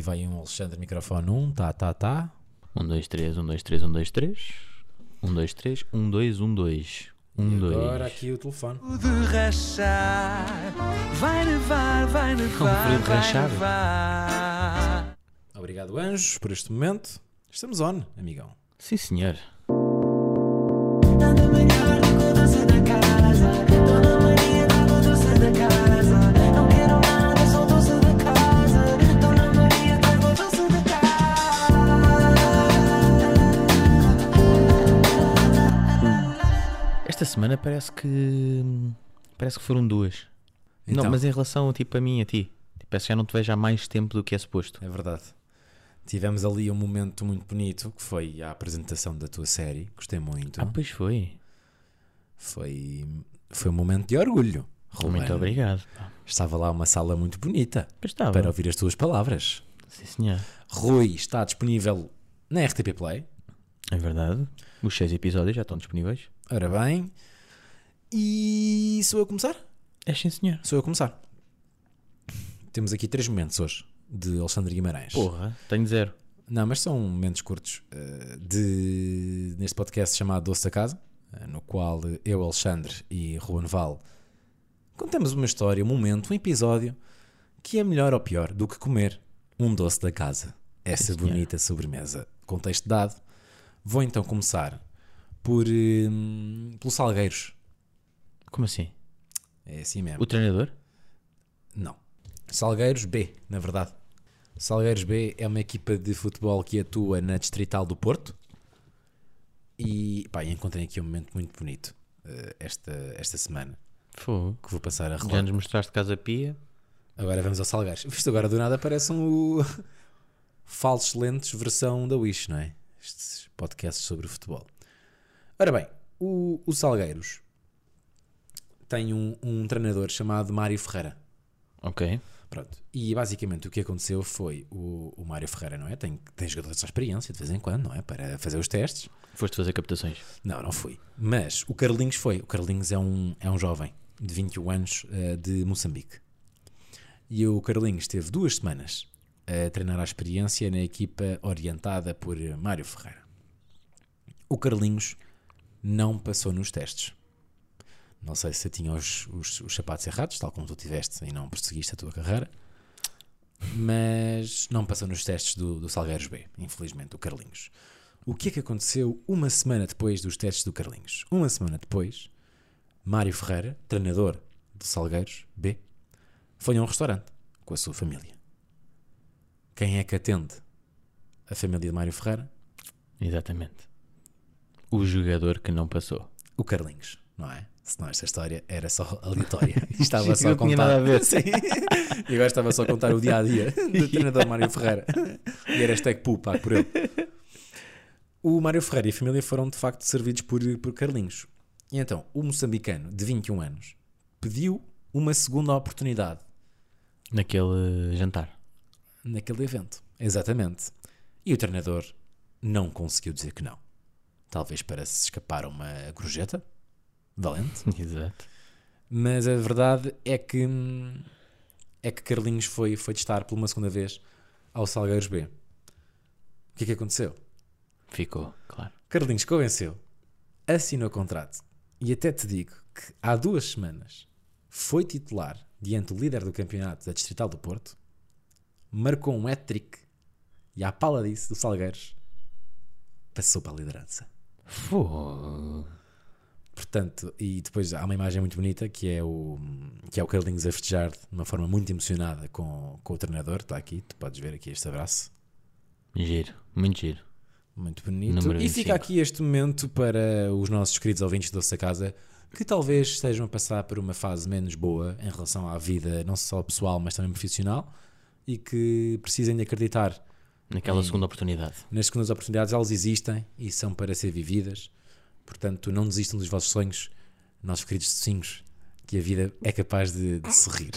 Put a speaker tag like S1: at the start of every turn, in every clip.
S1: E vai um Alexandre, microfone 1, tá.
S2: 1, 2, 3, 1, 2, 3, 1, 2, 3. 1, 2, 3, 1, 2, 1, 2. 1, 2.
S1: Agora aqui o telefone.
S3: O de rachar vai levar, vai levar.
S1: Obrigado, anjos, por este momento. Estamos on, amigão.
S2: Sim, senhor.
S3: Nada melhor do que o doce da casa. Dona Maria traga o doce da casa. Não quero nada, só o doce da casa. Dona Maria traga o doce da casa.
S2: Esta semana parece que foram duas.
S1: Então.
S2: Não, mas em relação tipo, a mim e a ti. Parece que já não te vejo há mais tempo do que é suposto.
S1: É verdade. Tivemos ali um momento muito bonito, que foi a apresentação da tua série. Gostei muito.
S2: Pois foi.
S1: Foi um momento de orgulho, Ruben.
S2: Muito obrigado.
S1: Estava lá uma sala muito bonita
S2: Pois estava.
S1: para ouvir as tuas palavras.
S2: Sim, senhor.
S1: Rui está disponível na RTP Play.
S2: É verdade. Os 6 episódios já estão disponíveis.
S1: Ora bem. E sou eu a começar?
S2: É sim, senhor.
S1: Sou eu a começar. Temos aqui 3 momentos hoje de Alexandre Guimarães.
S2: Porra, tenho 0.
S1: Não, mas são momentos curtos neste podcast chamado Doce da Casa, no qual eu, Alexandre e Ruben Val contamos uma história, um momento, um episódio que é melhor ou pior do que comer um doce da casa. Essa bonita sobremesa. Contexto dado. Vou então começar pelos Salgueiros.
S2: Como assim?
S1: É assim mesmo.
S2: O treinador?
S1: Não. Salgueiros B, na verdade. Salgueiros B é uma equipa de futebol que atua na Distrital do Porto. E pá, encontrei aqui um momento muito bonito esta semana,
S2: Fogo.
S1: que vou passar a
S2: Já
S1: relatar.
S2: nos mostraste Casa Pia.
S1: Agora vamos ao Salgueiros. Visto agora do nada parecem o Falsos Lentes versão da Wish, não é? Estes podcasts sobre futebol. Ora bem, o Salgueiros tem um treinador chamado Mário Ferreira.
S2: Ok.
S1: Pronto. E basicamente o que aconteceu foi o Mário Ferreira, não é? Tem jogadores de experiência de vez em quando, não é? Para fazer os testes.
S2: Foste fazer captações.
S1: Não fui. Mas o Carlinhos foi. O Carlinhos é um jovem de 21 anos de Moçambique. E o Carlinhos teve 2 semanas a treinar a experiência na equipa orientada por Mário Ferreira. O Carlinhos não passou nos testes. Não sei se tinha os sapatos errados, tal como tu tiveste e não perseguiste a tua carreira, mas não passou nos testes do Salgueiros B, infelizmente, o Carlinhos. O que é que aconteceu uma semana depois dos testes do Carlinhos? Uma semana depois, Mário Ferreira, treinador do Salgueiros B, foi a um restaurante com a sua família. Quem é que atende a família de Mário Ferreira?
S2: Exatamente. O jogador que não passou.
S1: O Carlinhos, não é? Senão esta história era só aleatória. Estava só a
S2: Não tinha
S1: contar.
S2: nada a ver.
S1: Sim. E agora estava só a contar o dia-a-dia do treinador Mário Ferreira. E era hashtag pu, pago por ele. O Mário Ferreira e a família foram de facto servidos por Carlinhos. E então, o moçambicano de 21 anos pediu uma segunda oportunidade
S2: Naquele jantar.
S1: naquele evento. Exatamente. E o treinador não conseguiu dizer que não. Talvez para se escapar a uma gorjeta valente.
S2: Exato.
S1: Mas a verdade é que Carlinhos foi testar por uma segunda vez ao Salgueiros B. O que é que aconteceu?
S2: Ficou, claro.
S1: Carlinhos convenceu, assinou o contrato e até te digo que há 2 semanas foi titular diante do líder do campeonato da Distrital do Porto, marcou um hat-trick e à pala disso do Salgueiros passou para a liderança.
S2: Fogo.
S1: Portanto, e depois há uma imagem muito bonita que é o Carlinhos a festejar de uma forma muito emocionada com o treinador. Está aqui, tu podes ver aqui este abraço.
S2: Giro. Muito giro.
S1: Muito bonito.
S2: Número
S1: E
S2: 25.
S1: fica aqui este momento para os nossos queridos ouvintes do Doce da Casa que talvez estejam a passar por uma fase menos boa em relação à vida, não só pessoal, mas também profissional, e que precisem de acreditar
S2: Naquela segunda oportunidade.
S1: nas segundas oportunidades. Elas existem e são para ser vividas. Portanto, não desistam dos vossos sonhos, nossos queridos docinhos, que a vida é capaz de sorrir.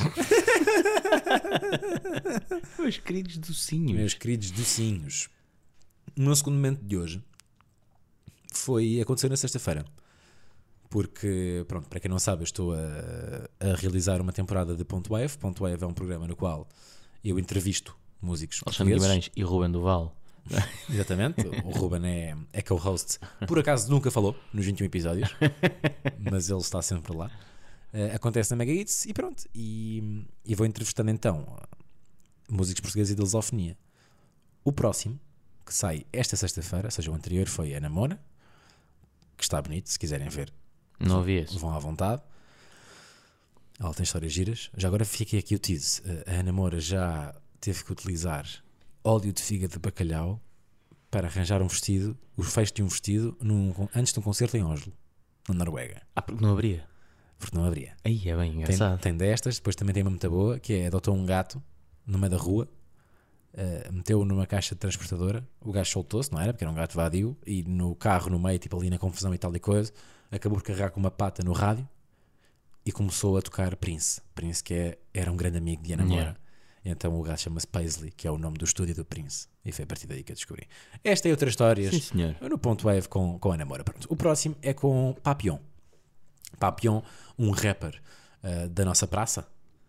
S2: Meus queridos docinhos.
S1: Meus queridos docinhos. O meu segundo momento de hoje aconteceu na sexta-feira. Porque, pronto, para quem não sabe, eu estou a realizar uma temporada de Ponto Wave. Ponto Wave é um programa no qual eu entrevisto músicos
S2: Alexandre
S1: portugueses.
S2: Guimarães e Ruben Duval.
S1: Exatamente, o Ruben é co-host. Por acaso nunca falou nos 21 episódios, mas ele está sempre lá. Acontece na Mega Hits e pronto. E vou entrevistando então músicos portugueses e de lusofonia. O próximo, que sai esta sexta-feira, ou seja, o anterior foi a Namora, que está bonito, se quiserem ver,
S2: Não ouvi esse.
S1: vão à vontade. Ela tem histórias giras. Já agora fiquei aqui o tease. A Ana Moura já teve que utilizar óleo de fígado de bacalhau para arranjar um vestido, o fecho de um vestido, antes de um concerto em Oslo, na Noruega.
S2: Porque não abria.
S1: Porque não abria.
S2: Aí é bem
S1: Tem,
S2: engraçado.
S1: tem destas, depois também tem uma muito boa, que é adotou um gato no meio da rua, meteu-o numa caixa de transportadora, o gajo soltou-se, não era? Porque era um gato vadio, e no carro, no meio, tipo ali na confusão e tal e coisa, acabou por carregar com uma pata no rádio e começou a tocar Prince. Prince que era um grande amigo de Ana Moura.
S2: Yeah.
S1: Então o gajo chama-se Paisley, que é o nome do estúdio do Prince. E foi a partir daí que eu descobri. Esta e outras histórias
S2: Sim, senhor.
S1: no ponto wave com a Ana Moura. Pronto. O próximo é com Papillon. Papillon, um rapper da nossa praça.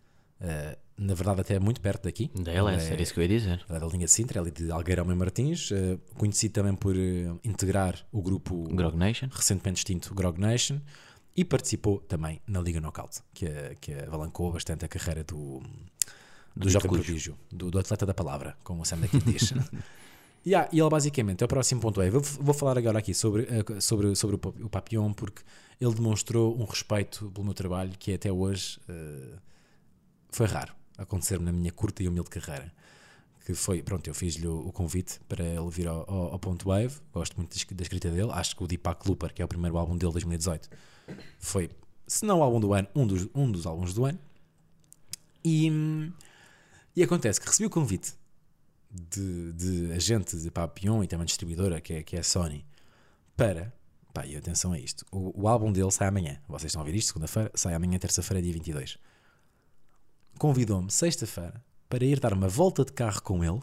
S1: Na verdade até muito perto daqui.
S2: Da LS, era isso que eu ia dizer.
S1: Ela é da linha de Sintra, ela é de Algueirão e Martins. Conhecido também por integrar o grupo
S2: Grog Nation.
S1: recentemente extinto Grog Nation. E participou também na Liga Knockout, que avalancou bastante a carreira do jovem
S2: Cujo.
S1: prodígio, do atleta da palavra, como o Sam daqui diz. E ele basicamente é o próximo ponto. Vou falar agora aqui sobre o Papillon, porque ele demonstrou um respeito pelo meu trabalho que até hoje foi raro acontecer na minha curta e humilde carreira. Que foi, pronto, eu fiz-lhe o convite para ele vir ao Ponto Wave. Gosto muito da escrita dele. Acho que o Deepak Looper, que é o primeiro álbum dele de 2018, foi, se não o álbum do ano, um dos álbuns do ano. E acontece que recebi o convite de agente de Papillon e também distribuidora, que é a Sony, para, e atenção a isto, o álbum dele sai amanhã. Vocês estão a ouvir isto, segunda-feira, sai amanhã, terça-feira, dia 22. Convidou-me sexta-feira para ir dar uma volta de carro com ele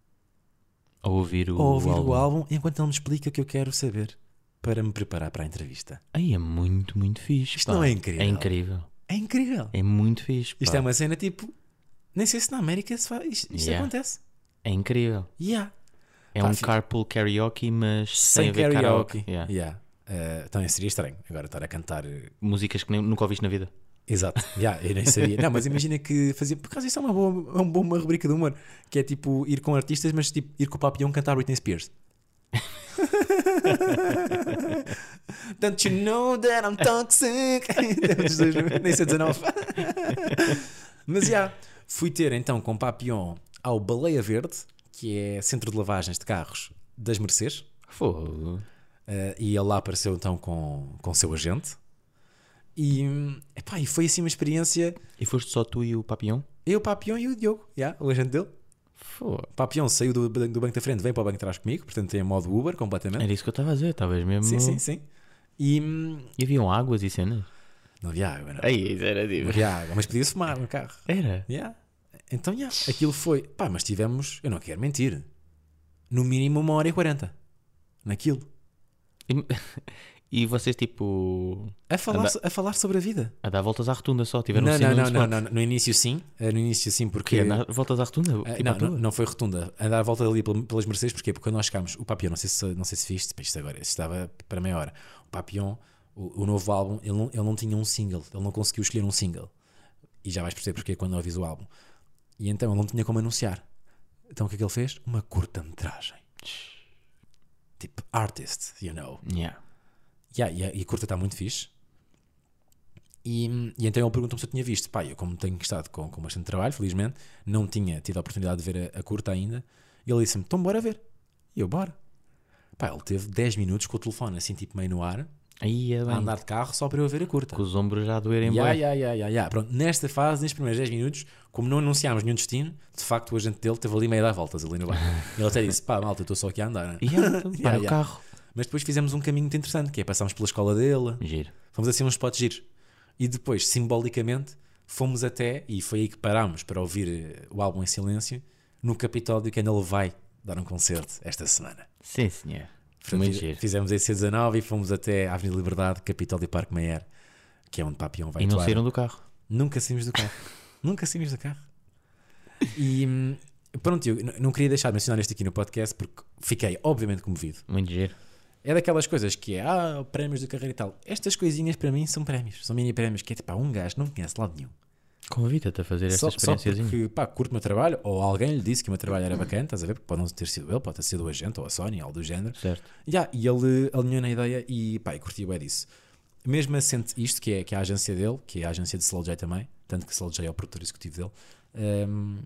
S2: A ouvir o
S1: ou ouvir
S2: álbum.
S1: o álbum enquanto ele me explica o que eu quero saber para me preparar para a entrevista.
S2: Aí é muito, muito fixe.
S1: Isto
S2: pá.
S1: não é incrível?
S2: É incrível.
S1: É incrível.
S2: É muito fixe.
S1: Isto
S2: pá.
S1: é uma cena tipo, nem sei se na América se faz, isto
S2: Yeah.
S1: acontece.
S2: É incrível.
S1: Yeah.
S2: É
S1: Pá,
S2: um
S1: fica-
S2: carpool karaoke, mas sem
S1: Sem
S2: haver
S1: karaoke.
S2: karaoke. Yeah.
S1: Yeah. Também seria estranho agora estar a cantar.
S2: Músicas que nunca ouviste na vida.
S1: Exato, eu nem sabia. Não, mas imagina que fazia. Por causa isso é uma boa rubrica de humor, que é tipo ir com artistas, mas tipo ir com o Papillon cantar Britney Spears. Don't you know that I'm toxic? Nem sei 19. Mas fui ter então com Papillon ao Baleia Verde, que é centro de lavagens de carros das Mercês.
S2: Fogo.
S1: E ele lá apareceu então com o seu agente. E foi assim uma experiência.
S2: E foste só tu e o Papillon?
S1: Eu, o Papillon e o Diogo, o agente dele.
S2: Fogo.
S1: O Papillon saiu do banco da frente, vem para o banco de trás comigo, portanto tem modo Uber completamente.
S2: Era isso que eu estava a dizer. Estavas mesmo.
S1: Sim. E
S2: E haviam águas e cenas?
S1: não havia água, não.
S2: Aí, isso era
S1: Não
S2: tipo.
S1: havia água, mas podia-se fumar no carro.
S2: Era.
S1: Então, aquilo foi. Mas tivemos, eu não quero mentir, no mínimo 1h40 naquilo.
S2: E vocês tipo.
S1: A falar sobre a vida.
S2: A dar voltas à rotunda só? Tiveram
S1: Não,
S2: cinco
S1: não,
S2: minutos
S1: não. No início sim. No início sim, porque.
S2: Porque dar voltas à rotunda? Tipo à toa?
S1: Não foi rotunda. Andar à volta ali pelas Mercedes, porquê? Porque quando nós chegámos, o Papillon, não sei se viste, isto agora, isto estava para meia hora. O Papillon, o novo álbum, ele não tinha um single, ele não conseguiu escolher um single. E já vais perceber porque quando ouvis o álbum. E então ele não tinha como anunciar. Então o que é que ele fez? Uma curta-metragem. Tipo, artist, you know.
S2: Yeah.
S1: E a curta está muito fixe. E então ele perguntou-me se eu tinha visto. Eu como tenho estado com bastante trabalho, felizmente, não tinha tido a oportunidade de ver a curta ainda. E ele disse-me, então bora ver. E eu, bora. Ele teve 10 minutos com o telefone assim tipo meio no ar,
S2: Aí é
S1: a
S2: bem.
S1: andar de carro só para eu ver a curta.
S2: Com os ombros já a doerem bem.
S1: Pronto, nesta fase, nestes primeiros 10 minutos, como não anunciámos nenhum destino, de facto o agente dele teve ali meio a dar voltas ali no bar. E ele até disse, malta, eu estou só aqui a andar, né?
S2: Para o carro.
S1: Mas depois fizemos um caminho muito interessante, que é passámos pela escola dele,
S2: Giro.
S1: fomos assim uns spots giros. E depois, simbolicamente, fomos até, e foi aí que parámos para ouvir o álbum em silêncio, no Capitólio, que ainda ele vai dar um concerto esta semana.
S2: Sim, senhor. Foi
S1: Portanto,
S2: muito giro.
S1: fizemos esse 19 e fomos até à Avenida Liberdade, Capitólio e Parque Mayer, que é onde Papillon vai
S2: E não
S1: atuar.
S2: saíram do carro.
S1: Nunca saímos do carro. Nunca saímos do carro. E Pronto, eu não queria deixar de mencionar isto aqui no podcast porque fiquei obviamente comovido.
S2: Muito giro.
S1: É daquelas coisas que é, prémios de carreira e tal. Estas coisinhas para mim são prémios, são mini prémios, que é tipo, um gajo não conhece lado nenhum.
S2: Convida-te a fazer esta
S1: Só
S2: experiênciazinha.
S1: porque, curto o meu trabalho, ou alguém lhe disse que o meu trabalho era bacana, estás a ver? Porque pode não ter sido ele, pode ter sido o agente ou a Sony, algo do género.
S2: Certo.
S1: E ele alinhou na ideia e curti bem disso. Mesmo assente isto, que é a agência dele, que é a agência de Slow J também, tanto que Slow J é o produtor executivo dele,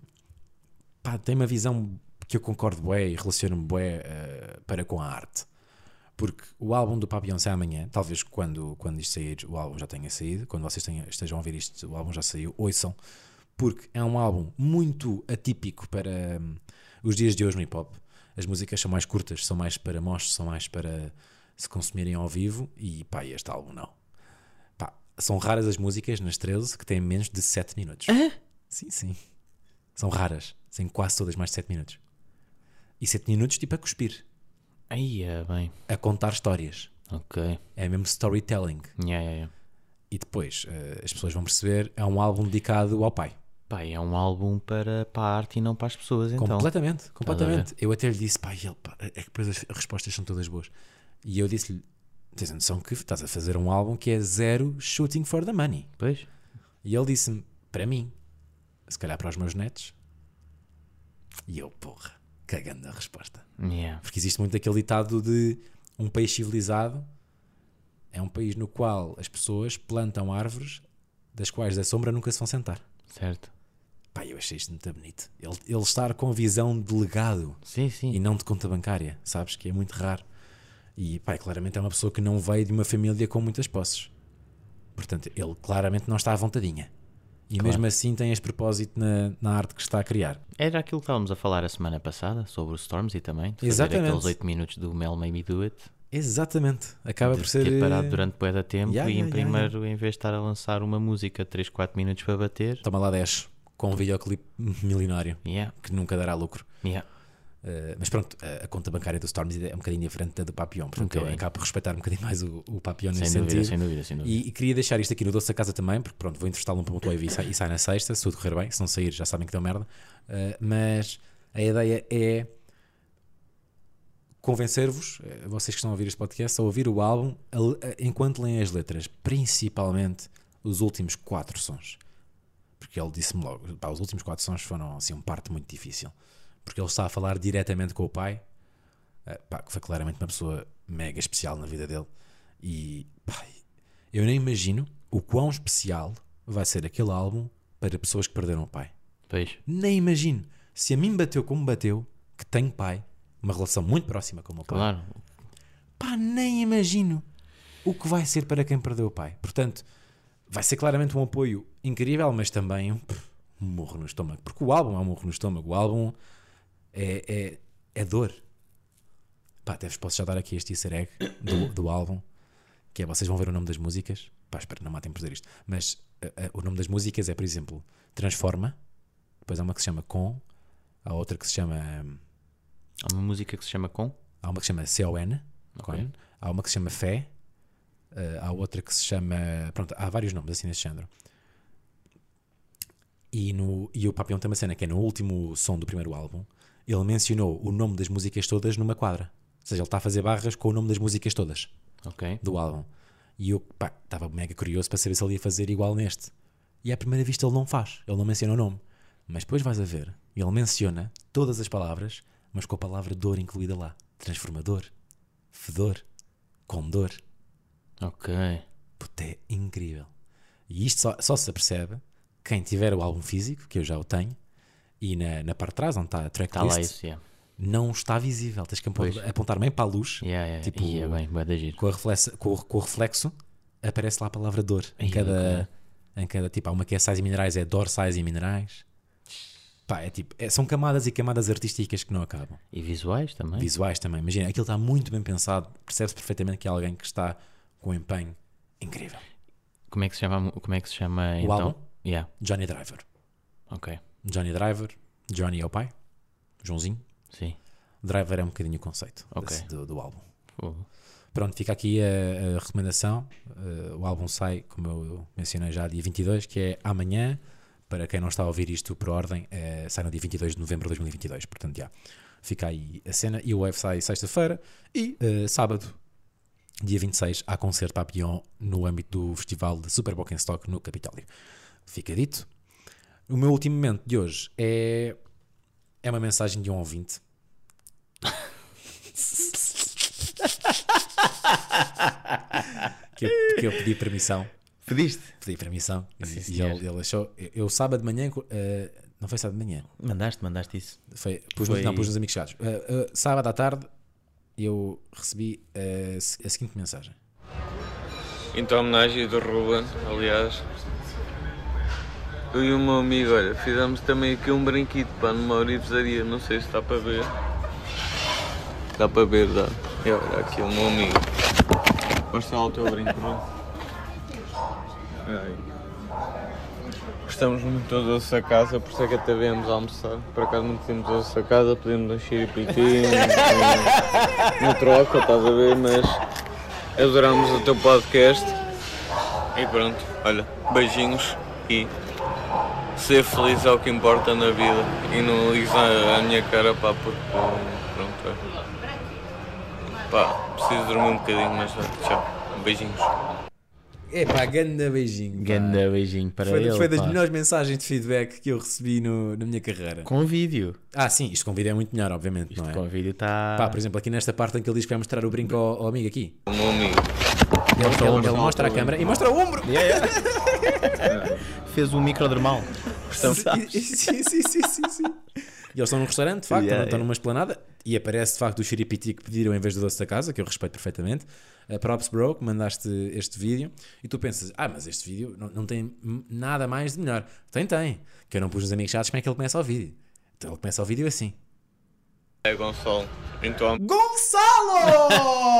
S1: tem uma visão que eu concordo bué e relaciono-me bué para com a arte. Porque o álbum do Papillon sai amanhã, talvez quando isto sair, o álbum já tenha saído, quando vocês estejam a ouvir isto, o álbum já saiu, ouçam, porque é um álbum muito atípico para os dias de hoje no hip-hop. As músicas são mais curtas, são mais para mostros, são mais para se consumirem ao vivo e este álbum não. São raras as músicas nas 13 que têm menos de 7 minutos. Sim. São raras, têm quase todas mais de 7 minutos. E 7 minutos tipo a cuspir.
S2: Aí é bem.
S1: A contar histórias.
S2: Ok.
S1: É mesmo storytelling.
S2: Yeah.
S1: E depois as pessoas vão perceber, é um álbum dedicado ao pai.
S2: Pá, é um álbum para a arte e não para as pessoas, então.
S1: Completamente.
S2: Estás a ver?
S1: Eu até lhe disse, é que depois as respostas são todas boas. E eu disse-lhe, tens a noção que estás a fazer um álbum que é zero shooting for the money.
S2: Pois.
S1: E ele disse-me, para mim, se calhar para os meus netos. E eu, cagando a resposta.
S2: Yeah.
S1: Porque existe muito aquele ditado de um país civilizado é um país no qual as pessoas plantam árvores das quais a sombra nunca se vão sentar.
S2: Certo.
S1: Eu achei isto muito bonito. Ele estar com a visão de legado
S2: Sim.
S1: e não de conta bancária, sabes? Que é muito raro. E claramente é uma pessoa que não veio de uma família com muitas posses. Portanto, ele claramente não está à vontadinha. E
S2: Claro.
S1: mesmo assim tem este propósito na arte que está a criar.
S2: Era aquilo que estávamos a falar a semana passada sobre o Stormzy também. De fazer
S1: Exatamente.
S2: aqueles 8 minutos do Mel Made Me Do It.
S1: Exatamente. Acaba
S2: De
S1: por ser.
S2: ter parado durante bué da tempo
S1: Yeah,
S2: e
S1: yeah,
S2: primeiro, em vez de estar a lançar uma música 3, 4 minutos para bater.
S1: Toma lá 10 com um videoclipe milionário
S2: Yeah.
S1: que nunca dará lucro.
S2: Yeah.
S1: Mas pronto, a conta bancária do Stormzy é um bocadinho diferente da do Papillon. Portanto, eu acabo por respeitar um bocadinho mais o Papillon nesse sentido.
S2: Sem dúvida.
S1: E queria deixar isto aqui no Doce da Casa também, porque pronto, vou entrevistá-lo um ponto e sai na sexta, se tudo correr bem. Se não sair, já sabem que deu merda. Mas a ideia é convencer-vos, vocês que estão a ouvir este podcast, a ouvir o álbum enquanto leem as letras, principalmente os últimos 4 sons. Porque ele disse-me logo, os últimos 4 sons foram assim, parte muito difícil. Porque ele está a falar diretamente com o pai, que foi claramente uma pessoa mega especial na vida dele. E eu nem imagino o quão especial vai ser aquele álbum para pessoas que perderam o pai.
S2: Pois.
S1: Nem imagino. Se a mim bateu como bateu, que tenho pai, uma relação muito próxima com o meu pai.
S2: Claro.
S1: Nem imagino o que vai ser para quem perdeu o pai. Portanto, vai ser claramente um apoio incrível, mas também um murro no estômago. Porque o álbum é um murro no estômago. O álbum é dor. Até vos posso já dar aqui este easter egg do álbum, que é, vocês vão ver o nome das músicas. Espero, não matem por dizer isto. Mas o nome das músicas é, por exemplo, Transforma. Depois há uma que se chama Com. Há outra que se chama...
S2: Há uma música que se chama Com?
S1: Há uma que se chama C-O-N.
S2: Ok.
S1: Há uma que se chama Fé. Há outra que se chama... Pronto, há vários nomes assim desse género. E o Papillon tem uma cena que é no último som do primeiro álbum. Ele mencionou o nome das músicas todas numa quadra. Ou seja, ele está a fazer barras com o nome das músicas todas do álbum. E eu estava mega curioso para saber se ele ia fazer igual neste. E à primeira vista ele não faz. Ele não menciona o nome. Mas depois vais a ver. Ele menciona todas as palavras, mas com a palavra dor incluída lá. Transformador. Fedor. Condor.
S2: Ok.
S1: Puta, é incrível. E isto só se apercebe quem tiver o álbum físico, que eu já o tenho, e na parte de trás, onde está a tracklist,
S2: Está lá isso, yeah.
S1: não está visível. Tens que apontar bem para a luz. Tipo,
S2: E é bem, vai dar giro.
S1: com o reflexo, aparece lá a palavra dor. Em cada tipo, há uma que é sais e minerais, é dor, sais e minerais. São camadas e camadas artísticas que não acabam.
S2: E visuais também.
S1: Visuais também. Imagina, aquilo está muito bem pensado. Percebe-se perfeitamente que é alguém que está com um empenho incrível.
S2: Como é que se chama
S1: O
S2: então?
S1: álbum?
S2: Yeah.
S1: Johnny Driver.
S2: Ok.
S1: Johnny Driver. Johnny é o pai. Joãozinho.
S2: Sim.
S1: Driver é um bocadinho o conceito
S2: Ok.
S1: do álbum.
S2: Fogo.
S1: Pronto, fica aqui a recomendação. O álbum sai, como eu mencionei já, dia 22, que é amanhã. para quem não está a ouvir isto por ordem, sai no dia 22 de novembro de 2022. Portanto, já fica aí a cena. E o Wave sai sexta-feira e sábado, dia 26, há concerto Papillon no âmbito do festival de Super Stock no Capitólio. Fica dito. O meu último momento de hoje é uma mensagem de um ouvinte. que eu pedi permissão.
S2: Pediste?
S1: Pedi permissão.
S2: Sim,
S1: E
S2: senhor.
S1: ele achou. Eu sábado de manhã. Não foi sábado de manhã.
S2: Mandaste isso.
S1: Pus nos amigos chegados. Sábado à tarde eu recebi a seguinte mensagem.
S4: Então, homenagem do Ruben, aliás. Eu e o meu amigo, olha, fizemos também aqui um brinquito para numa orivesaria, não sei se está para ver. Dá para ver, dá. E olha, aqui o meu amigo. Mostra lá o teu brinco, Ruben. Aí. Gostamos muito da nossa casa, por isso é que até viemos almoçar. Por acaso não pedimos a nossa casa, pedimos um xiripiti, no troca, estás a ver, mas adoramos o teu podcast. E pronto, olha, beijinhos e ser feliz é o que importa na vida. E não ligues a minha cara, pá, porque pronto, é. Pá, preciso dormir um bocadinho, mas tchau, beijinhos.
S1: Epá, ganda beijinho. pá.
S2: Ganda beijinho para ele.
S1: Foi das
S2: pá.
S1: melhores mensagens de feedback que eu recebi na minha carreira.
S2: Com vídeo.
S1: Sim, isto com vídeo é muito melhor, obviamente,
S2: Isto
S1: não é?
S2: com vídeo está...
S1: Pá, por exemplo, aqui nesta parte em que ele diz que vai mostrar o brinco ao amigo aqui.
S4: O meu amigo.
S1: Ele mostra a câmera e mostra o ombro.
S2: Fez um microdermal.
S1: Sim. E eles estão num restaurante, de facto, estão numa esplanada e aparece de facto o xiripiti que pediram em vez do doce da casa, que eu respeito perfeitamente. Props bro, que mandaste este vídeo e tu pensas, mas este vídeo não tem nada mais de melhor. Tem, que eu não pus nos amigos chatos como é que ele começa o vídeo. Então ele começa o vídeo assim.
S4: É Gonçalo, então
S1: Gonçalo!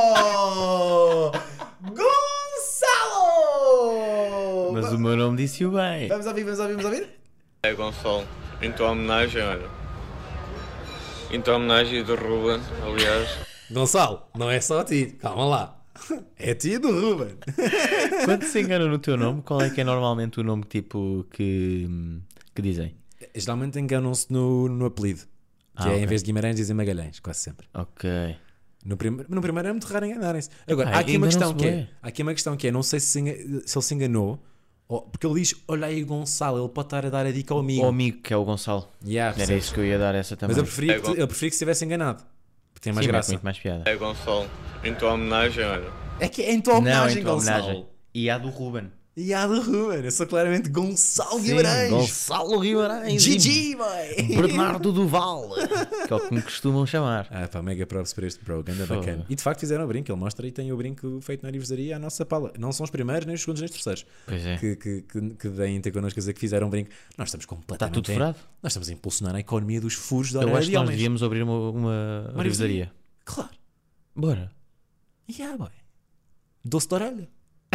S1: Gonçalo!
S2: Mas o meu nome disse-o bem.
S1: Vamos ouvir?
S4: é Gonçalo, então homenagem, olha. Então homenagem do Ruben, aliás.
S1: Gonçalo, não é só a ti, calma lá. É a ti e do Ruben.
S2: Quando se engana no teu nome, qual é que é normalmente o nome tipo que dizem?
S1: Geralmente enganam-se no apelido. Que
S2: Ok.
S1: em vez de Guimarães dizem Magalhães, quase sempre.
S2: Ok.
S1: No primeiro é muito raro enganarem-se. Agora,
S2: Epá,
S1: há aqui uma questão
S2: enganam-se
S1: que é, não sei se ele se enganou, porque ele diz, olha aí Gonçalo, ele pode estar a dar a dica ao amigo.
S2: O amigo que é o Gonçalo.
S1: Yeah,
S2: Era
S1: percebes?
S2: isso que eu ia dar essa também.
S1: Mas eu preferia que se tivesse enganado. Porque tem mais
S2: Sim,
S1: graça.
S2: muito mais piada.
S4: É Gonçalo, então homenagem, olha.
S1: É que é em tua homenagem,
S2: em tua
S1: Gonçalo.
S2: homenagem. E a do Ruben.
S1: E a do Ruben. Eu sou claramente Gonçalo
S2: Sim,
S1: Guimarães.
S2: Gonçalo Guimarães.
S1: GG, boy.
S2: Bernardo Duval. Que é o que me costumam chamar.
S1: Mega props para este bro, ganda
S2: Fogo.
S1: bacana. E de facto fizeram o brinco, ele mostra e tem o brinco feito na aniversaria à nossa pala. Não são os primeiros, nem os segundos, nem os terceiros.
S2: Pois é.
S1: Que deem ter connosco a dizer que fizeram um brinco. Nós estamos
S2: Está
S1: completamente.
S2: tudo furado.
S1: Nós estamos a impulsionar a economia dos furos da
S2: Eu
S1: orelha
S2: acho
S1: de
S2: que nós
S1: homens.
S2: devíamos abrir uma revisaria.
S1: Claro.
S2: Bora.
S1: Boy. Doce de orelha.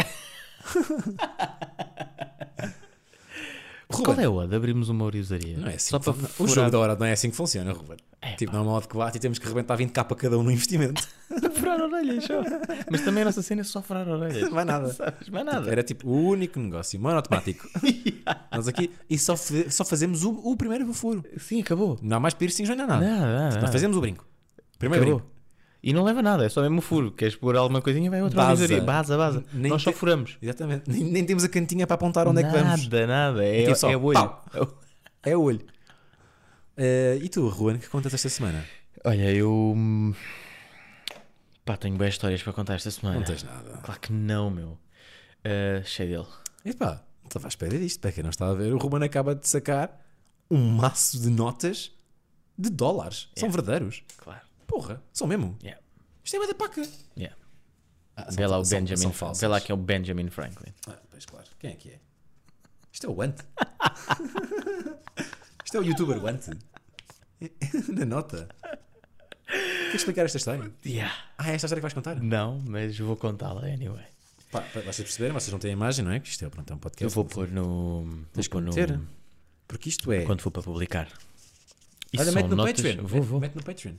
S2: Qual é o de abrirmos uma revisaria?
S1: Não é assim
S2: Só
S1: que
S2: para
S1: o
S2: furar.
S1: jogo da hora não é assim que funciona, Ruben. Tipo, não é modo que bate e temos que arrebentar 20k cada um no investimento.
S2: Furar orelhas só. Mas também a nossa cena é só furar orelhas.
S1: Mais nada.
S2: Sabes? Mais nada.
S1: Era tipo o único negócio, monotemático. Nós aqui e só fazemos o primeiro furo.
S2: Sim, acabou.
S1: Não há mais piercings, não há nada.
S2: Nada.
S1: Nós fazemos o brinco. Primeiro
S2: Acabou.
S1: brinco.
S2: E não leva nada, é só mesmo o furo. Queres pôr alguma coisinha, vai outra
S1: Baza.
S2: revisaria. Baza.
S1: Nem
S2: Nós só
S1: te-
S2: furamos.
S1: Exatamente. Nem temos a cantinha para apontar onde é que vamos.
S2: Nada. É,
S1: tipo só,
S2: é o olho.
S1: pau. É o olho. E tu, Ruben, que contas esta semana?
S2: Olha, eu... Pá, tenho boas histórias para contar esta semana.
S1: Não tens nada.
S2: Claro que não, meu. Cheio dele.
S1: Epá, estava à espera disto. Para quem não está a ver, o Ruben acaba de sacar um maço de notas de dólares. São verdadeiros.
S2: Claro.
S1: Porra, são mesmo.
S2: Yeah.
S1: Isto é uma da paca.
S2: Yeah.
S1: São-
S2: Vê lá o
S1: são-
S2: Benjamin.
S1: são falsas.
S2: Vê lá que é o Benjamin Franklin.
S1: Pois claro. Quem é que é? Isto é o Ant. Isto é o youtuber Ant. Na nota. Queres explicar esta história?
S2: Yeah.
S1: É esta história que vais contar?
S2: Não, mas vou contá-la anyway.
S1: Pá, para vocês perceberem, vocês não têm a imagem, não é? Que isto é, pronto, é um podcast.
S2: Eu vou pôr no...
S1: Tens que
S2: vou pôr no...
S1: meter. Porque isto é.
S2: Quando for para publicar. Isso
S1: Olha,
S2: são
S1: mete no
S2: notas-
S1: Patreon.
S2: Vou.
S1: Mete no Patreon.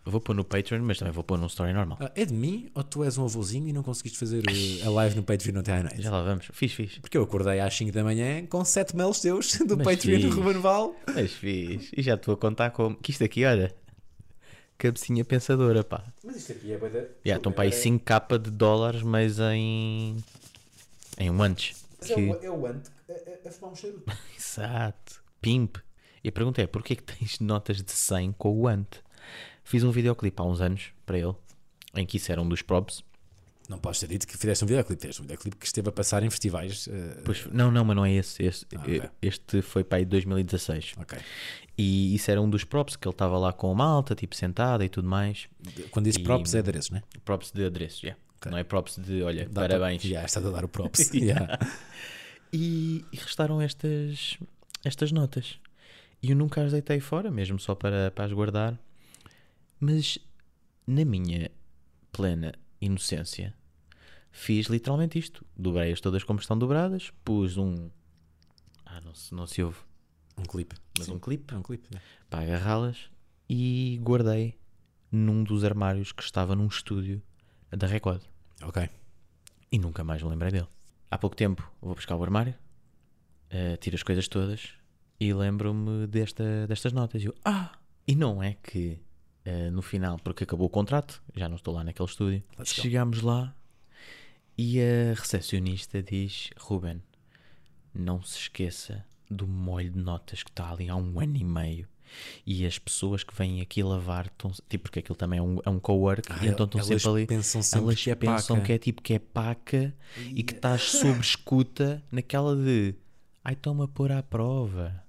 S2: Vou pôr no Patreon, mas também vou pôr num story normal.
S1: É de mim ou tu és um avôzinho e não conseguiste fazer a live no Patreon ontem à noite?
S2: Já lá vamos. Fiz.
S1: Porque eu acordei às 5 da manhã com 7 mails teus do
S2: Mas
S1: Patreon do
S2: fiz.
S1: Ruben Val.
S2: Mas fiz. E já estou a contar como. Que isto aqui, olha. Cabecinha pensadora, pá.
S1: Mas isto aqui é bada...
S2: Já estão para aí 5k de dólares, mas em antes.
S1: É o ante a fumar um charuto.
S2: Exato. Pimp. E a pergunta é, porquê que tens notas de 100 com o ante? Fiz um videoclipe há uns anos para ele, em que isso era um dos props.
S1: Não podes ter dito que fizeste um videoclipe. Fizeste um videoclipe que esteve a passar em festivais.
S2: Pois, não, mas não é esse.
S1: ok.
S2: Este foi para aí 2016.
S1: Ok.
S2: E isso era um dos props, que ele estava lá com a malta, tipo sentada e tudo mais.
S1: Quando dizes
S2: E-
S1: props é adereços, não é?
S2: Props de adereço, já.
S1: Ok.
S2: Não é props de, olha,
S1: Dá
S2: parabéns.
S1: Já, está a dar o props. Yeah.
S2: E restaram estas notas. E eu nunca as deitei fora, mesmo só para as guardar. Mas na minha plena inocência fiz literalmente isto. Dobrei-as todas como estão dobradas, pus um... não se ouve,
S1: Um clipe.
S2: mas
S1: Sim.
S2: um clipe
S1: É um clipe. Yeah.
S2: para agarrá-las e guardei num dos armários que estava num estúdio da Record.
S1: Ok.
S2: E nunca mais me lembrei dele. Há pouco tempo vou buscar o armário, tiro as coisas todas e lembro-me destas notas. E eu, e não é que no final, porque acabou o contrato, já não estou lá naquele estúdio,
S1: Let's go.
S2: chegámos lá e a recepcionista diz: Ruben, não se esqueça do molho de notas que está ali há 1 ano e meio. E as pessoas que vêm aqui lavar estão, tipo, porque aquilo também é um cowork, e então estão
S1: elas
S2: sempre ali.
S1: pensam sempre
S2: Elas
S1: que é
S2: pensam
S1: paca.
S2: que é tipo que é paca e que estás sob escuta naquela de ai, estão-me a pôr à prova.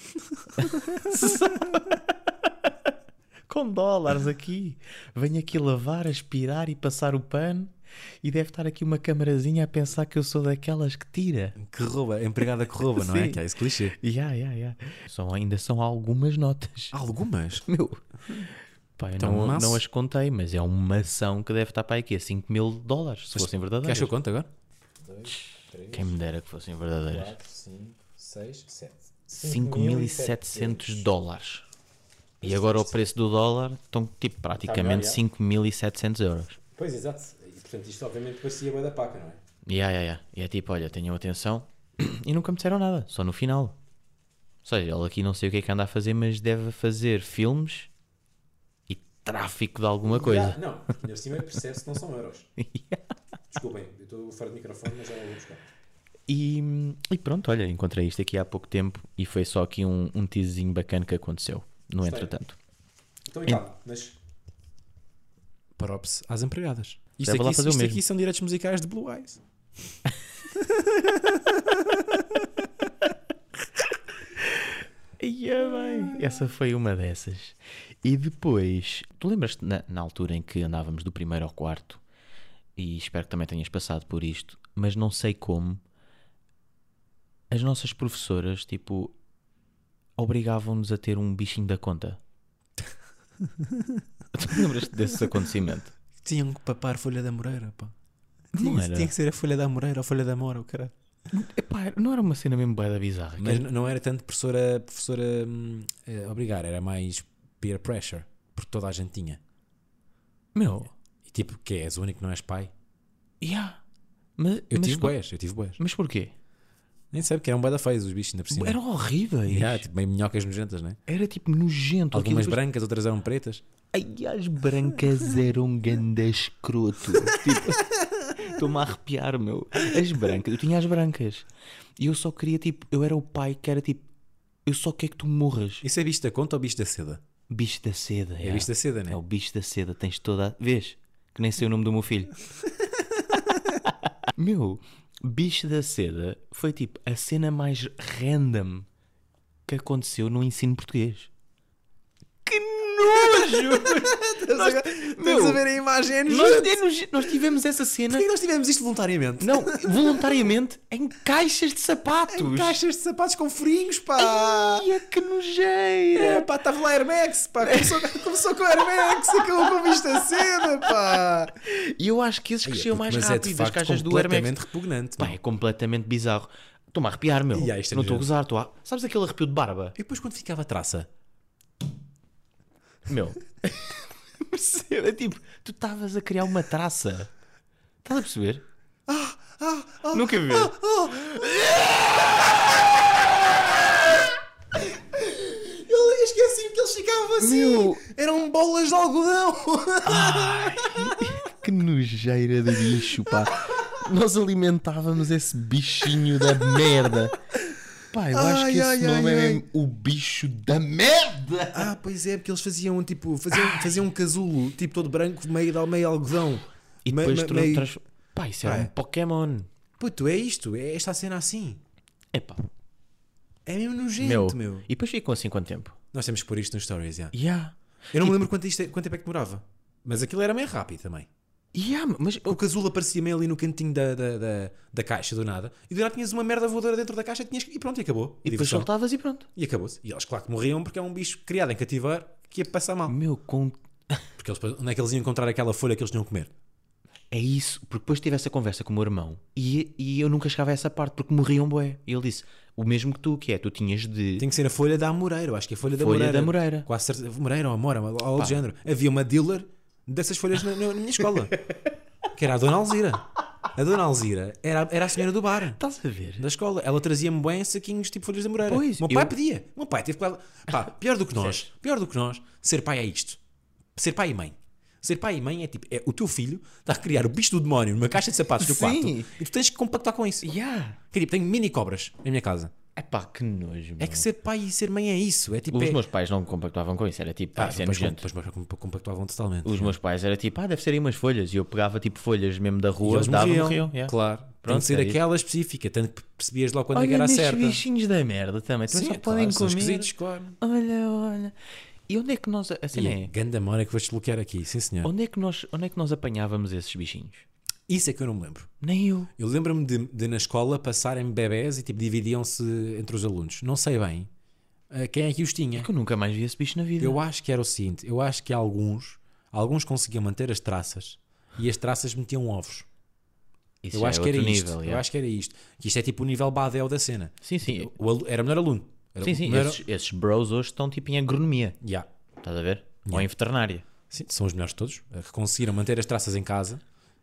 S2: Com dólares aqui. Venho aqui lavar, aspirar e passar o pano. E deve estar aqui uma camarazinha a pensar que eu sou daquelas que tira.
S1: Que rouba, empregada que rouba, não é?
S2: Sim.
S1: Que é esse clichê.
S2: Ya. Ainda são algumas notas.
S1: Algumas.
S2: Meu. Pá, eu
S1: Então, maço.
S2: não as contei, mas é uma ação que deve estar para aí aqui a 5 mil dólares, se fossem verdadeiras.
S1: Queres que eu conte agora?
S2: Quem me dera que fossem verdadeiras.
S1: 5, 6, 7.
S2: 5.700 dólares. E agora o preço do dólar estão tipo praticamente 5.700 euros.
S1: Pois, exato. E portanto isto obviamente parecia bué da paca, não é?
S2: Ya. E é tipo, olha, tenham atenção. E nunca me disseram nada, só no final. Ou seja, ele aqui não sei o que é que anda a fazer, mas deve fazer filmes e tráfico de alguma coisa.
S1: Não, ainda cima percebe-se que não são euros. Desculpem, eu estou fora de microfone, mas já vou buscar.
S2: E pronto, olha, encontrei isto aqui há pouco tempo e foi só aqui um teaserzinho bacana que aconteceu. No
S1: Gostei.
S2: entretanto.
S1: Então, e calma, mas... Props às empregadas. Isto,
S2: Deve lá fazer o mesmo.
S1: aqui são direitos musicais de Blue Eyes.
S2: Ia bem. Essa foi uma dessas. E depois, tu lembras-te na altura em que andávamos do primeiro ao quarto, e espero que também tenhas passado por isto, mas não sei como, as nossas professoras, tipo, obrigavam-nos a ter um bichinho da conta. Tu lembras-te desse acontecimento?
S1: Tinham que papar folha da moreira, pá.
S2: Não era?
S1: Tinha que ser a folha da moreira ou a folha da mora, o caralho.
S2: Epá, não era uma cena mesmo bué da bizarra.
S1: Mas não era tanto professora obrigar, era mais peer pressure, porque toda a gente tinha.
S2: Meu,
S1: E tipo, que és o único que não és pai?
S2: yeah. Mas,
S1: Eu
S2: mas
S1: tive
S2: por-
S1: bués.
S2: Mas porquê?
S1: Nem sei, porque eram bué da feios os bichos ainda por cima.
S2: Eram horríveis.
S1: Yeah, tipo, meio minhocas nojentas, né?
S2: Era tipo nojento.
S1: Algumas
S2: Aquilo depois-
S1: brancas, outras eram pretas.
S2: Ai, as brancas eram um ganda escroto. Tipo, estou-me a arrepiar, meu. As brancas, eu tinha as brancas. E eu só queria, tipo, eu era o pai que era tipo, eu só quero que tu morras.
S1: Isso é bicho da conta ou bicho da seda?
S2: Bicho da seda.
S1: É bicho da seda, né?
S2: É o bicho da seda, tens toda a... Vês? Que nem sei o nome do meu filho. Meu, bicho da seda foi tipo a cena mais random que aconteceu no ensino português. Que nojo!
S1: Estamos a ver a imagem
S2: Nós tivemos essa cena,
S1: Porquê que nós tivemos isto voluntariamente?
S2: não, voluntariamente, em caixas de sapatos.
S1: Em caixas de sapatos com furinhos, pá!
S2: Ai, que nojeira!
S1: É, pá, estava lá Air Max, pá! Começou com Air Max, acabou com vista seda, pá!
S2: E eu acho que esses cresciam mais
S1: Mas
S2: rápido,
S1: é de
S2: as
S1: facto
S2: caixas do Air Max.
S1: completamente repugnante.
S2: Pá,
S1: meu.
S2: é completamente bizarro. Estou-me a arrepiar, meu.
S1: Ya, isto é
S2: Não estou a
S1: nojento.
S2: gozar, estou a... Sabes aquele arrepio de barba?
S1: E depois quando ficava traça?
S2: Meu. É tipo, tu estavas a criar uma traça. Estás a perceber? Nunca vi.
S1: Eu esqueci que eles ficavam assim.
S2: Meu.
S1: Eram bolas de algodão.
S2: Que nojeira de bicho, pá. Nós alimentávamos esse bichinho da merda. Pá, eu acho que esse nome é mesmo o bicho da merda.
S1: Ah, pois é, porque eles faziam tipo, faziam um casulo, tipo todo branco, meio algodão.
S2: E depois tu
S1: meio...
S2: Pá, isso era
S1: Pá.
S2: um Pokémon.
S1: Puto, é isto, é esta cena assim.
S2: Epá,
S1: É mesmo nojento, meu.
S2: E depois ficam assim quanto tempo?
S1: Nós temos que pôr isto nos stories, já.
S2: Yeah.
S1: Eu não me lembro quanto tempo é que demorava. Mas aquilo era meio rápido também.
S2: Yeah, mas
S1: O casulo aparecia meio ali no cantinho da caixa do nada. E do nada tinhas uma merda voadora dentro da caixa e pronto, e acabou.
S2: e depois
S1: Diversão.
S2: soltavas e pronto.
S1: E acabou-se. E eles, claro que morriam porque é um bicho criado em cativeiro que ia passar mal.
S2: Meu,
S1: Porque eles, onde é que eles iam encontrar aquela folha que eles tinham que comer?
S2: é isso. Porque depois tive essa conversa com o meu irmão e eu nunca chegava a essa parte porque morriam bué. E ele disse, o mesmo que tu, que é, tu tinhas de...
S1: Tem que ser a folha da Amoreira. Eu acho que é a folha da
S2: Folha
S1: Moreira.
S2: da Moreira.
S1: Quase certeza. Moreira ou Amora, algo do género. Havia uma dealer dessas folhas na minha escola. Que era a Dona Alzira. A Dona Alzira era a senhora do bar.
S2: Estás a ver?
S1: Da escola. Ela trazia-me bem saquinhos tipo folhas da Moreira.
S2: Pois,
S1: o meu pai
S2: eu-
S1: pedia. O meu pai teve que... Pá, pior do que nós, ser pai é isto. Ser pai e mãe. Ser pai e mãe é tipo, é o teu filho está a criar o bicho do demónio numa caixa de sapatos do
S2: Sim.
S1: quarto e tu tens que compactar com isso.
S2: Yeah.
S1: Que é tipo, tenho mini cobras na minha casa.
S2: Epá, que nojo,
S1: É que ser pai e ser mãe é isso. É tipo.
S2: Os
S1: é...
S2: meus pais não compactuavam com isso, era tipo, pá, isso é nojento.
S1: depois compactuavam totalmente.
S2: Os meus pais era tipo, deve ser aí umas folhas. E eu pegava tipo folhas mesmo da
S1: E
S2: rua,
S1: eles
S2: dava,
S1: morriam.
S2: morriam. Yeah.
S1: Claro. Tem
S2: Pronto,
S1: que ser
S2: é isso.
S1: aquela específica, tanto que percebias logo quando é que
S2: Olha
S1: era a
S2: nestes
S1: certa.
S2: bichinhos da merda também
S1: Sim,
S2: só
S1: é
S2: podem
S1: claro, são
S2: comer.
S1: esquisitos, claro.
S2: Olha. E onde é que nós, a cena é,
S1: Ganda mora que vais desbloquear aqui, sim senhor.
S2: onde é que nós apanhávamos esses bichinhos?
S1: Isso é que eu não me lembro.
S2: Nem eu.
S1: Eu lembro-me de na escola passarem bebés e tipo dividiam-se entre os alunos. Não sei bem quem é que os tinha.
S2: É que eu nunca mais vi esse bicho na vida.
S1: Eu acho que era o seguinte, eu acho que alguns conseguiam manter as traças e as traças metiam ovos.
S2: Isso
S1: Eu
S2: já
S1: acho
S2: é
S1: que era
S2: outro
S1: isto.
S2: nível,
S1: Eu
S2: yeah.
S1: acho que era isto. Que isto é tipo o nível Badel da cena.
S2: Sim, sim.
S1: Era o melhor aluno. Era
S2: Sim,
S1: o
S2: sim.
S1: melhor-
S2: Esses bros hoje estão tipo em agronomia.
S1: Yeah.
S2: Estás a ver? Ou em veterinária.
S1: Sim, são os melhores de todos. Que conseguiram manter as traças em casa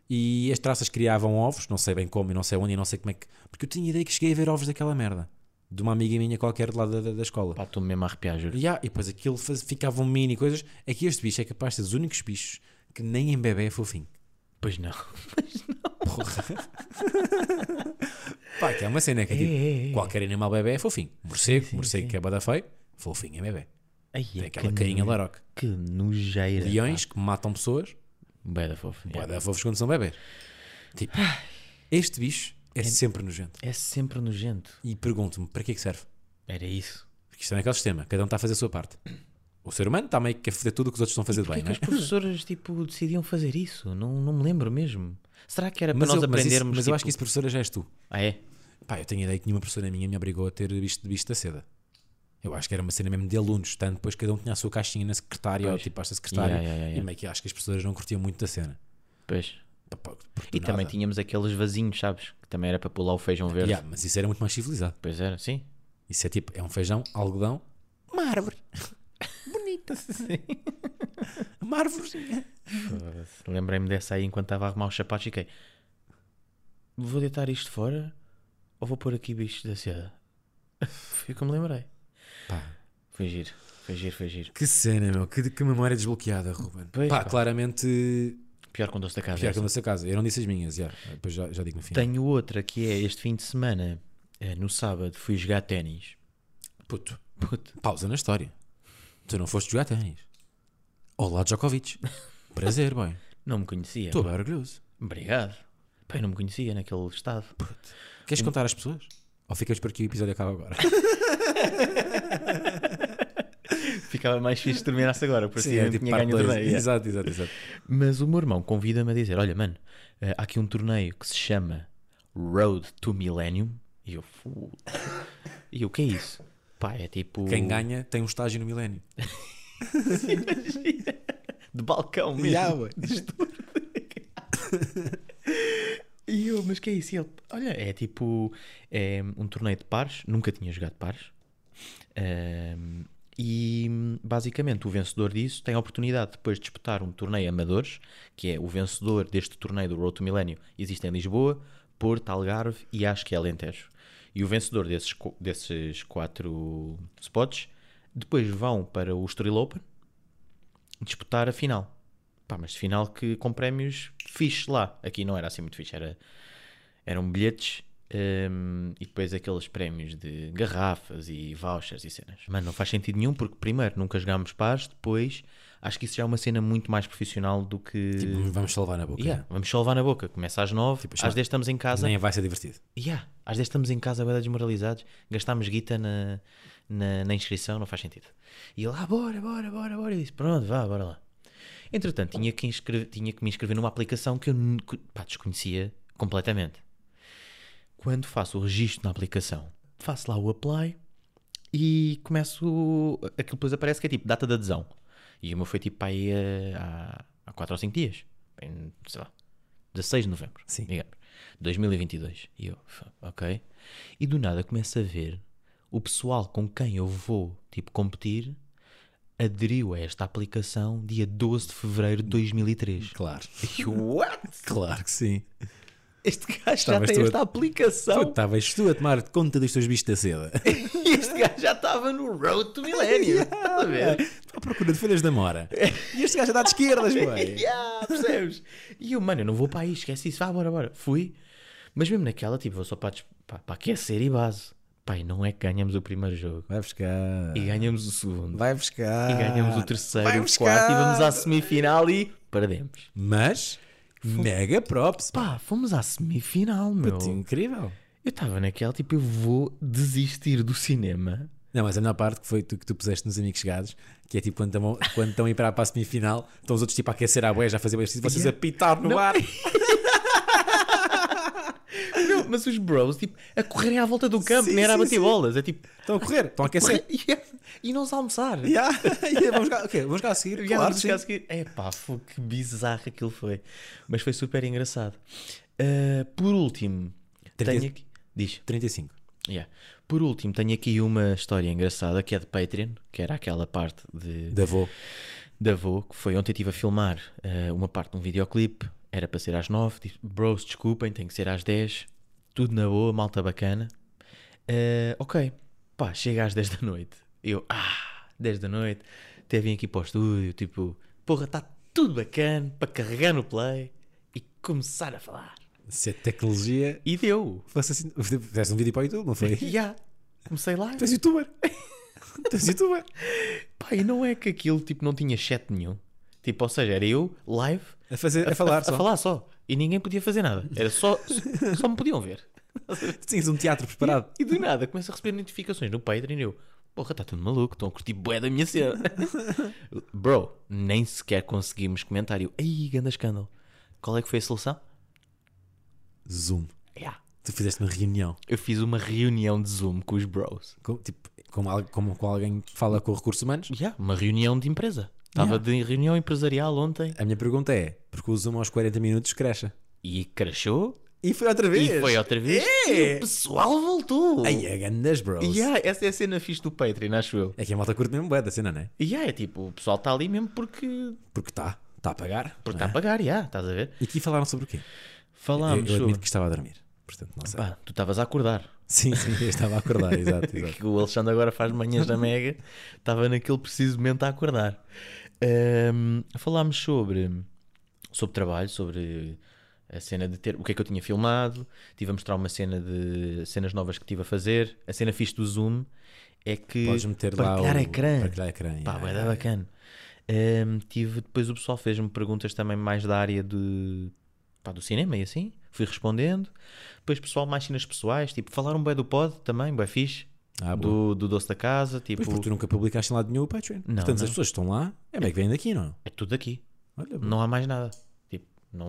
S1: e as traças criavam ovos. Não sei bem como e não sei onde e não sei como é que. Porque eu tinha ideia que cheguei a ver ovos daquela merda. De uma amiga minha qualquer de lá da escola.
S2: Pá, estou-me mesmo a arrepiar, juro.
S1: E depois aquilo ficavam mini coisas. É que este bicho é capaz de ser dos únicos bichos que nem em bebê é fofinho.
S2: Pois não.
S1: Pá, que é uma cena que é tipo,
S2: É.
S1: qualquer animal bebê é fofinho. Morcego,
S2: sim,
S1: morcego
S2: sim.
S1: que é bada feio, fofinho é bebê.
S2: Ai,
S1: Tem
S2: é
S1: aquela
S2: que
S1: carinha
S2: nojo.
S1: laroca.
S2: Que nojeira.
S1: Leões que matam pessoas,
S2: Bué da fofo. yeah.
S1: bada fofos quando são bebês. Tipo, este bicho é sempre nojento.
S2: É sempre nojento.
S1: E pergunto-me, para que é que serve?
S2: Era isso.
S1: Porque isto é naquele sistema, cada um está a fazer a sua parte. O ser humano está meio que a fazer tudo o que os outros estão a fazer de
S2: Porquê
S1: bem,
S2: que
S1: não
S2: os
S1: é?
S2: professores tipo, decidiam fazer isso? Não me lembro mesmo. Será que era para
S1: Mas,
S2: nós
S1: eu, mas, isso-
S2: aprendermos?
S1: mas eu acho
S2: tipo-
S1: que isso, professora, já és tu.
S2: Ah, é?
S1: Pá, eu tenho a ideia que nenhuma professora minha me obrigou a ter bicho da seda. Eu acho que era uma cena mesmo de alunos, tanto depois cada um tinha a sua caixinha na secretária ou
S2: Pois.
S1: tipo esta secretária.
S2: Yeah.
S1: E meio que acho que as professoras não curtiam muito da cena.
S2: Pois.
S1: Pá, porque
S2: E
S1: do
S2: também
S1: nada.
S2: tínhamos aqueles vasinhos, sabes? Que também era para pular o feijão verde.
S1: Yeah, mas isso era muito mais civilizado.
S2: Pois era, sim.
S1: Isso é tipo, é um feijão, algodão, uma árvore.
S2: Bonita, sim.
S1: Uma árvorezinha.
S2: Lembrei-me dessa aí enquanto estava a arrumar os sapatos e fiquei. Vou deitar isto fora ou vou pôr aqui bichos da seda? Foi o que eu me lembrei.
S1: Pá,
S2: Foi giro.
S1: que cena, meu. Que memória desbloqueada, Ruben.
S2: Pois,
S1: Pá,
S2: pá.
S1: claramente
S2: Pior com doce da casa.
S1: pior que
S2: essa.
S1: a nossa casa. Eu não disse as minhas, já. Depois já digo no final.
S2: Tenho outra que é este fim de semana, no sábado, fui jogar ténis.
S1: Puto,
S2: Puto,
S1: pausa na história. Tu não foste jogar ténis. Olá, Djokovic. Prazer, boy.
S2: não me conhecia.
S1: Estou bem orgulhoso.
S2: Obrigado. Pá, eu não me conhecia naquele estado.
S1: Queres contar às pessoas? Ou ficas por aqui e o episódio acaba agora?
S2: Ficava mais fixe se terminasse agora, por
S1: Sim,
S2: assim
S1: é
S2: eu
S1: tipo
S2: tinha
S1: parte
S2: ganho o
S1: dois.
S2: torneio.
S1: Exato.
S2: Mas o meu irmão convida-me a dizer: olha, mano, há aqui um torneio que se chama Road to Millennium. E eu, e o que é isso? Pá, é tipo.
S1: Quem ganha tem um estágio no milénio.
S2: De balcão mesmo.
S1: Yeah, ué.
S2: E eu, mas que é isso? E ele, olha, é tipo. É um torneio de pares. Nunca tinha jogado pares. E basicamente o vencedor disso tem a oportunidade depois de disputar um torneio amadores, que é o vencedor deste torneio do Road to Millennium. Existe em Lisboa, Porto, Algarve e acho que é Alentejo. E o vencedor desses 4 spots depois vão para o Estoril Open disputar a final. Pá, mas final que com prémios fixe lá. Aqui não era assim muito fixe, eram bilhetes e depois aqueles prémios de garrafas e vouchers e cenas. Mano, não faz sentido nenhum porque primeiro nunca jogámos pares, depois acho que isso já é uma cena muito mais profissional do que...
S1: Tipo, vamos só levar na boca.
S2: Yeah, vamos só levar na boca. Começa às 9,
S1: Tipo,
S2: às 10 estamos em casa.
S1: Nem vai ser divertido.
S2: Yeah, às 10 estamos em casa, bué desmoralizados, gastámos guita na inscrição, não faz sentido. E ele, bora. E disse, pronto, bora lá. Entretanto, tinha que me inscrever numa aplicação que eu desconhecia completamente. Quando faço o registro na aplicação, faço lá o apply e começo... Aquilo depois aparece que é tipo data de adesão. E o meu foi tipo aí há 4 ou 5 dias. Em, sei lá, 16 de novembro,
S1: Sim.
S2: digamos. 2022. E eu, ok. E do nada começo a ver o pessoal com quem eu vou tipo competir aderiu a esta aplicação dia 12 de fevereiro de 2003.
S1: Claro.
S2: E eu, what?
S1: Claro que sim.
S2: Este gajo já
S1: Estavas
S2: tem
S1: tu a-
S2: esta aplicação.
S1: Estavas tu a tomar conta dos teus bichos da seda.
S2: E este gajo já estava no Road to Millennium. Estás a ver?
S1: À procura de folhas de amora. E este gajo já está de esquerdas, boy.
S2: Yeah, percebes? E eu, mano, eu não vou para aí, esquece isso. Bora. Fui. Mas mesmo naquela, tipo, vou só para aquecer e base. Pai, não é que ganhamos o primeiro jogo.
S1: Vai buscar.
S2: E ganhamos o segundo.
S1: Vai buscar.
S2: E ganhamos o terceiro
S1: Vai
S2: e o
S1: buscar.
S2: quarto. E vamos à semifinal e perdemos.
S1: Mas, mega props.
S2: Pá, fomos à semifinal, meu.
S1: Puto, incrível.
S2: Eu estava naquela, tipo, eu vou desistir do cinema.
S1: Não, mas a melhor parte que foi tu que tu puseste nos Amigos Chegados, que é tipo quando estão a ir para a semifinal, estão os outros tipo a aquecer a bué, já a fazer exercício, vocês a pitar no ar.
S2: Não, mas os bros, tipo, a correrem à volta do campo,
S1: Sim,
S2: nem era a
S1: sim,
S2: bater
S1: sim.
S2: bolas. É tipo,
S1: Estão a correr, estão a aquecer.
S2: e nós a almoçar.
S1: Yeah. Vamos jogar, okay, vamos jogar a seguir.
S2: E
S1: Claro,
S2: vamos
S1: sim.
S2: chegar a seguir. É pá, que bizarro aquilo foi. Mas foi super engraçado. Por último,
S1: 30.
S2: tenho aqui. Diz.
S1: 35.
S2: Yeah. Por último, tenho aqui uma história engraçada que é de Patreon, que era aquela parte
S1: Da avó.
S2: da avó, que foi ontem estive a filmar uma parte de um videoclipe, era para ser às 9, disse, bros, desculpem, tem que ser às 10, tudo na boa, malta bacana. Ok, pá, chega às 10 da noite, eu, 10 da noite, até vim aqui para o estúdio, tipo, porra, está tudo bacana, para carregar no play e começar a falar.
S1: Se a tecnologia
S2: E deu.
S1: fosse assim. Fizeste um vídeo para o YouTube, não foi?
S2: Já, comecei lá.
S1: Tu és youtuber. Tu és youtuber.
S2: Pá, e não é que aquilo, tipo, não tinha chat nenhum. Tipo, ou seja, era eu, live,
S1: A falar só.
S2: a falar só. E ninguém podia fazer nada. Era só me podiam ver.
S1: Tinhas um teatro preparado.
S2: E do nada começo a receber notificações no Patreon e eu, porra, está tudo maluco, estão a curtir bué da minha cena. Bro, nem sequer conseguimos comentário. Ai, ganda escândalo. Qual é que foi a solução?
S1: Zoom.
S2: Yeah.
S1: Tu fizeste uma reunião.
S2: Eu fiz uma reunião de Zoom com os bros.
S1: Como com alguém que fala com recursos humanos.
S2: Yeah, uma reunião de empresa. Estava
S1: Yeah.
S2: de reunião empresarial ontem.
S1: A minha pergunta é: porque o Zoom aos 40 minutos cresce?
S2: E crashou.
S1: E foi outra vez.
S2: E foi outra vez.
S1: É.
S2: E o pessoal voltou.
S1: Ai, é grandes, bros.
S2: Yeah, essa é a cena fixe do Patreon, acho eu.
S1: É que a malta curte mesmo bué da cena, não é?
S2: E yeah, é tipo, o pessoal está ali mesmo porque
S1: Porque está a pagar.
S2: está
S1: não
S2: a
S1: é?
S2: pagar, yeah, estás a ver?
S1: E aqui falaram sobre o quê?
S2: Falámos
S1: eu admito
S2: sobre...
S1: que estava a dormir. Portanto, não sei.
S2: Pá, tu estavas a acordar.
S1: Sim, eu estava a acordar, exato.
S2: Que o Alexandre agora faz manhãs da Mega. Estava naquele preciso momento a acordar. Falámos sobre trabalho, sobre a cena de ter o que é que eu tinha filmado. Estive a mostrar uma cena de cenas novas que estive a fazer. A cena fixe do Zoom é que
S1: Podes meter lá
S2: partilhar
S1: o...
S2: ecrã.
S1: Partilhar ecrã.
S2: Pá,
S1: yeah,
S2: vai
S1: yeah,
S2: dar bacana. Depois o pessoal fez-me perguntas também mais da área do cinema e assim. Fui respondendo. Depois pessoal mais cenas pessoais. Tipo, falaram bem do pod também, bem fixe.
S1: boa.
S2: Do Doce da Casa. Tipo,
S1: Pois porque tu nunca publicaste em lado nenhum o Patreon.
S2: Não,
S1: Portanto, se
S2: não.
S1: as pessoas estão lá, é bem que vêm daqui, não?
S2: é tudo aqui.
S1: Olha,
S2: Não há mais nada. Tipo,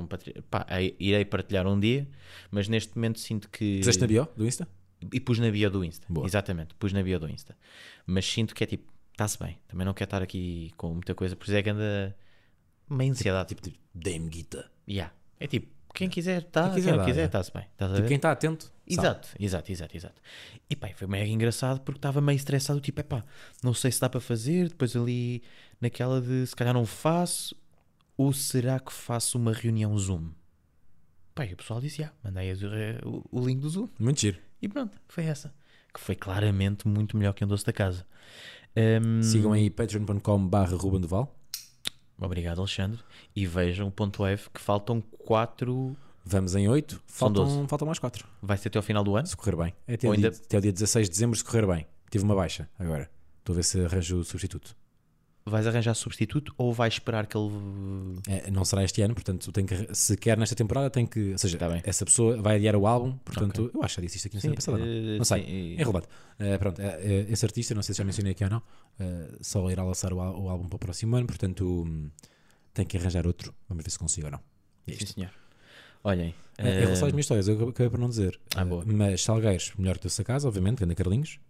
S2: irei partilhar um dia. Mas neste momento sinto que...
S1: puseste na bio do Insta?
S2: E pus na bio do Insta.
S1: Boa.
S2: Exatamente, pus na bio do Insta. Mas sinto que é tipo, está-se bem. Também não quero estar aqui com muita coisa. Por isso é que anda uma ansiedade.
S1: Tipo, dei-me guita.
S2: Yeah. É tipo, Quem quiser, tá.
S1: Quem
S2: Quem
S1: quiser
S2: não
S1: dá,
S2: quiser,
S1: é.
S2: está-se bem. Estás a
S1: Tipo,
S2: ver?
S1: quem está atento, sabe.
S2: Exato. E pá, foi mega engraçado porque estava meio estressado, tipo, epá, não sei se dá para fazer, depois ali naquela de se calhar não faço, ou será que faço uma reunião Zoom? Pá, e o pessoal disse, mandei o link do Zoom.
S1: Muito giro.
S2: E pronto, foi essa. Que foi claramente muito melhor que um doce da casa.
S1: Sigam aí patreon.com/Ruben Duval.
S2: Obrigado, Alexandre. E vejam o ponto F que faltam 4.
S1: Vamos em 8,
S2: São 12.
S1: faltam mais 4.
S2: Vai ser até ao final do ano?
S1: Se correr bem. É até,
S2: Ou ainda-
S1: até o dia 16 de dezembro, se correr bem. Tive uma baixa agora. Estou a ver se arranjo o substituto.
S2: Vais arranjar substituto ou vais esperar que ele.
S1: Não será este ano, portanto, se quer nesta temporada, tem que. Ou seja,
S2: Tá bem.
S1: essa pessoa vai adiar o álbum, portanto, eu acho que já disse isto aqui na semana passada. Não sei.
S2: sim.
S1: É relevante. Pronto, esse artista, não sei se já mencionei aqui ou não, só irá lançar o álbum para o próximo ano, portanto, tem que arranjar outro. Vamos ver se consigo ou não. É
S2: Sim,
S1: isto.
S2: senhor. Olhem.
S1: Em relação às minhas histórias, eu acabei por não dizer.
S2: Boa.
S1: Mas Salgueiros, melhor que essa casa, obviamente, Ganda Carlinhos.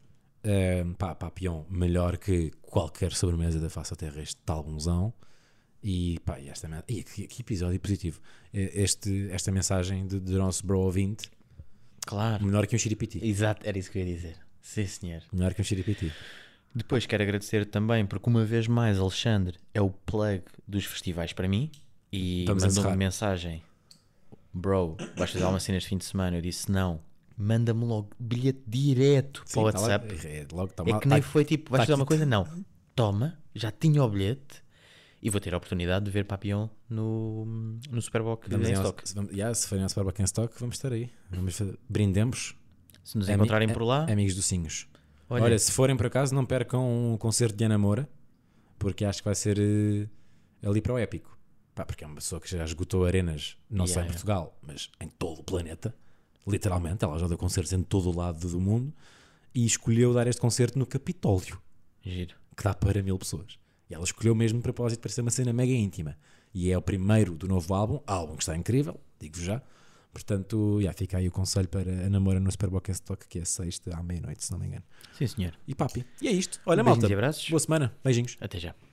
S1: Papião, melhor que qualquer sobremesa da face da terra, este talbunzão. E pá, que episódio positivo. Esta mensagem do nosso bro ouvinte,
S2: Claro.
S1: melhor que um xiripiti.
S2: Exato, era isso que eu ia dizer. Sim, senhor.
S1: Melhor que um xiripiti.
S2: Depois quero agradecer também, porque uma vez mais, Alexandre é o plug dos festivais para mim. E
S1: Vamos
S2: mandou-me
S1: encerrar.
S2: mensagem: Bro, vais fazer alguma cena este fim de semana? Eu disse: Não, manda-me logo bilhete direto para o WhatsApp.
S1: Logo, tá
S2: É
S1: mal.
S2: que nem foi tipo, vais
S1: tá
S2: fazer uma
S1: aqui.
S2: coisa? Não. Toma, já tinha o bilhete e vou ter a oportunidade de ver Papillon no Superboc
S1: Vamos
S2: em
S1: em-
S2: Stock.
S1: se forem ao Superboc em Stock, vamos estar aí. Brindemos.
S2: Se nos encontrarem por lá,
S1: Amigos docinhos.
S2: olha,
S1: Olha, se forem por acaso, não percam um concerto de Ana Moura, porque acho que vai ser ali para o épico. Pá, porque é uma pessoa que já esgotou arenas, não só em
S2: Yeah.
S1: Portugal, mas em todo o planeta. Literalmente, ela já deu concertos em todo o lado do mundo e escolheu dar este concerto no Capitólio,
S2: giro.
S1: que dá para 1000 pessoas. E ela escolheu mesmo de propósito para ser uma cena mega íntima. E é o primeiro do novo álbum que está incrível, digo-vos já. Portanto, fica aí o conselho para a Namora no Superboc Stock, que é sexta à meia-noite, se não me engano.
S2: Sim, senhor.
S1: E papi, e é isto. Olha,
S2: Beijinhos
S1: malta,
S2: e abraços.
S1: boa semana, beijinhos.
S2: Até já.